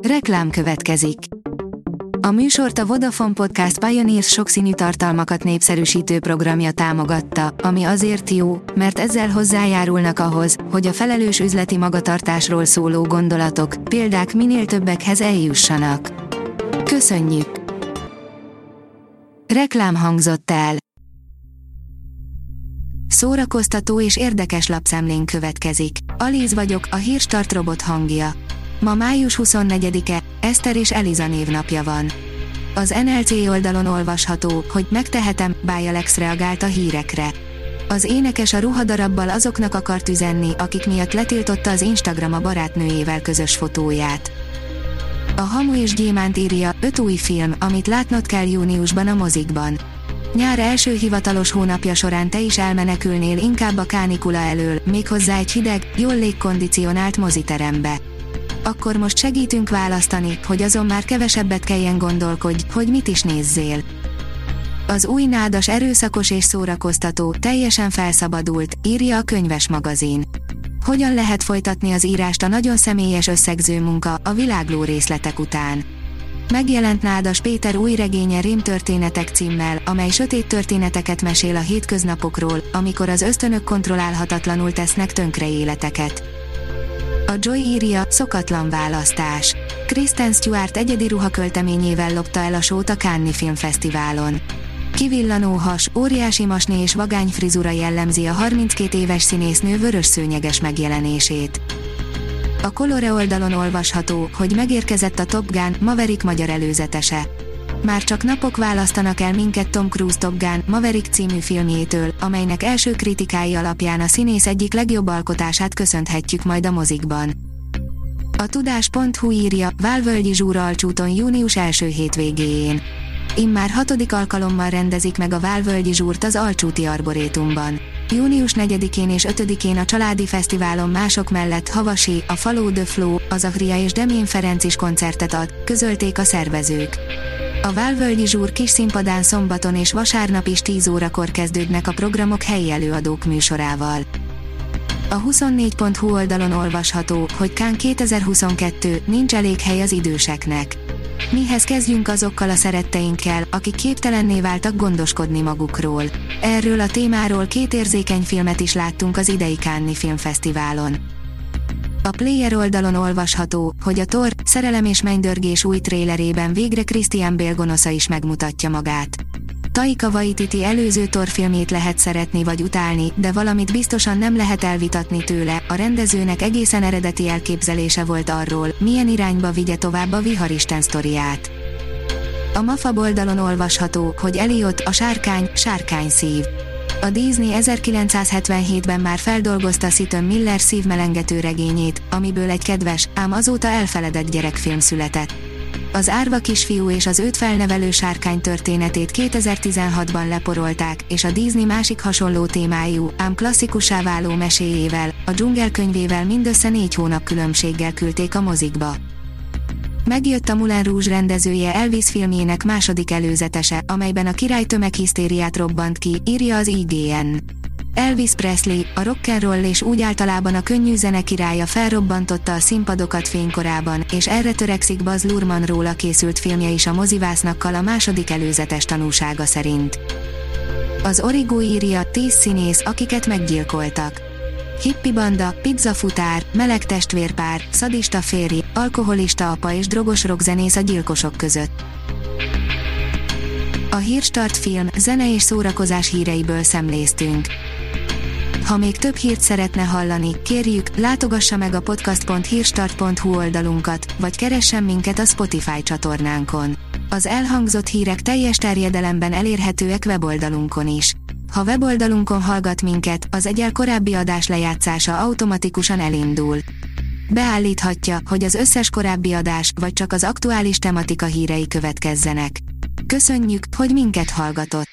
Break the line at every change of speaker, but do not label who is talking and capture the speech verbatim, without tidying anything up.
Reklám következik. A műsort a Vodafone Podcast Pioneers sokszínű tartalmakat népszerűsítő programja támogatta, ami azért jó, mert ezzel hozzájárulnak ahhoz, hogy a felelős üzleti magatartásról szóló gondolatok, példák minél többekhez eljussanak. Köszönjük! Reklám hangzott el. Szórakoztató és érdekes lapszemlén következik. Alíz vagyok, a Hírstart robot hangja. Ma május huszonnegyedike, Eszter és Eliza névnapja van. Az en el cé oldalon olvasható, hogy megtehetem, Bialex reagált a hírekre. Az énekes a ruhadarabbal azoknak akart üzenni, akik miatt letiltotta az Instagram a barátnőjével közös fotóját. A Hamu és Gyémánt írja, öt új film, amit látnod kell júniusban a mozikban. Nyár első hivatalos hónapja során te is elmenekülnél inkább a kánikula elől, méghozzá egy hideg, jól légkondicionált moziterembe. Akkor most segítünk választani, hogy azon már kevesebbet kelljen gondolkodj, hogy mit is nézzél. Az új nádas erőszakos és szórakoztató, teljesen felszabadult, írja a Könyves magazin. Hogyan lehet folytatni az írást a nagyon személyes összegző munka, a világló részletek után? Megjelent Nádas Péter új regénye Rémtörténetek címmel, amely sötét történeteket mesél a hétköznapokról, amikor az ösztönök kontrollálhatatlanul tesznek tönkre életeket. A Joy írja, szokatlan választás. Kristen Stewart egyedi ruhakölteményével lopta el a sót a Cannes-i Filmfesztiválon. Kivillanó has, óriási masné és vagány frizura jellemzi a harminckét éves színésznő vörös szőnyeges megjelenését. A Colore oldalon olvasható, hogy megérkezett a Top Gun Maverick magyar előzetese. Már csak napok választanak el minket Tom Cruise Top Gun Maverick című filmjétől, amelynek első kritikái alapján a színész egyik legjobb alkotását köszönhetjük majd a mozikban. A tudás pont hu írja, Válvölgyi Zsúra Alcsúton június első hétvégéjén. Immár hatodik alkalommal rendezik meg a Válvölgyi Zsúrt az Alcsúti Arborétumban. június negyedikén és ötödikén a családi fesztiválon mások mellett Havasi, a Follow the Flow, az Agria és Demjén Ferenc is koncertet ad, közölték a szervezők. A Válvölgyi Zsúr kis színpadán szombaton és vasárnap is tíz órakor kezdődnek a programok helyi előadók műsorával. A huszonnégy pont hu oldalon olvasható, hogy Cannes kétezer-huszonkettő, nincs elég hely az időseknek. Mihez kezdjünk azokkal a szeretteinkkel, akik képtelenné váltak gondoskodni magukról. Erről a témáról két érzékeny filmet is láttunk az idei Cannes-i Filmfesztiválon. A Player oldalon olvasható, hogy a Thor, szerelem és mennydörgés új trélerében végre Christian Bale gonosza is megmutatja magát. Taika Waititi előző Thor filmjét lehet szeretni vagy utálni, de valamit biztosan nem lehet elvitatni tőle, a rendezőnek egészen eredeti elképzelése volt arról, milyen irányba vigye tovább a viharisten sztoriát. A Mafab oldalon olvasható, hogy Elliot, a sárkány, sárkányszív. A Disney ezerkilencszázhetvenhétben már feldolgozta Seton Miller szívmelengető regényét, amiből egy kedves, ám azóta elfeledett gyerekfilm született. Az árva kisfiú és az őt felnevelő sárkány történetét kétezer-tizenhatban leporolták, és a Disney másik hasonló témájú, ám klasszikussá váló meséjével, a Dzsungel könyvével mindössze négy hónap különbséggel küldték a mozikba. Megjött a Moulin Rouge rendezője Elvis filmjének második előzetese, amelyben a király tömeghisztériát robbant ki, írja az i gé en. Elvis Presley, a rock'n'roll és úgy általában a könnyű zene királya felrobbantotta a színpadokat fénykorában, és erre törekszik Baz Luhrmann róla készült filmje is a mozivásznakkal a második előzetes tanúsága szerint. Az Origo írja, tíz színész, akiket meggyilkoltak. Hippi banda, pizzafutár, meleg testvérpár, szadista férj, alkoholista apa és drogos rockzenész a gyilkosok között. A Hírstart film, zene és szórakozás híreiből szemléztünk. Ha még több hírt szeretne hallani, kérjük, látogassa meg a podcast pont hírstart pont hu oldalunkat, vagy keressen minket a Spotify csatornánkon. Az elhangzott hírek teljes terjedelemben elérhetőek weboldalunkon is. Ha weboldalunkon hallgat minket, az egyel korábbi adás lejátszása automatikusan elindul. Beállíthatja, hogy az összes korábbi adás, vagy csak az aktuális tematika hírei következzenek. Köszönjük, hogy minket hallgatott!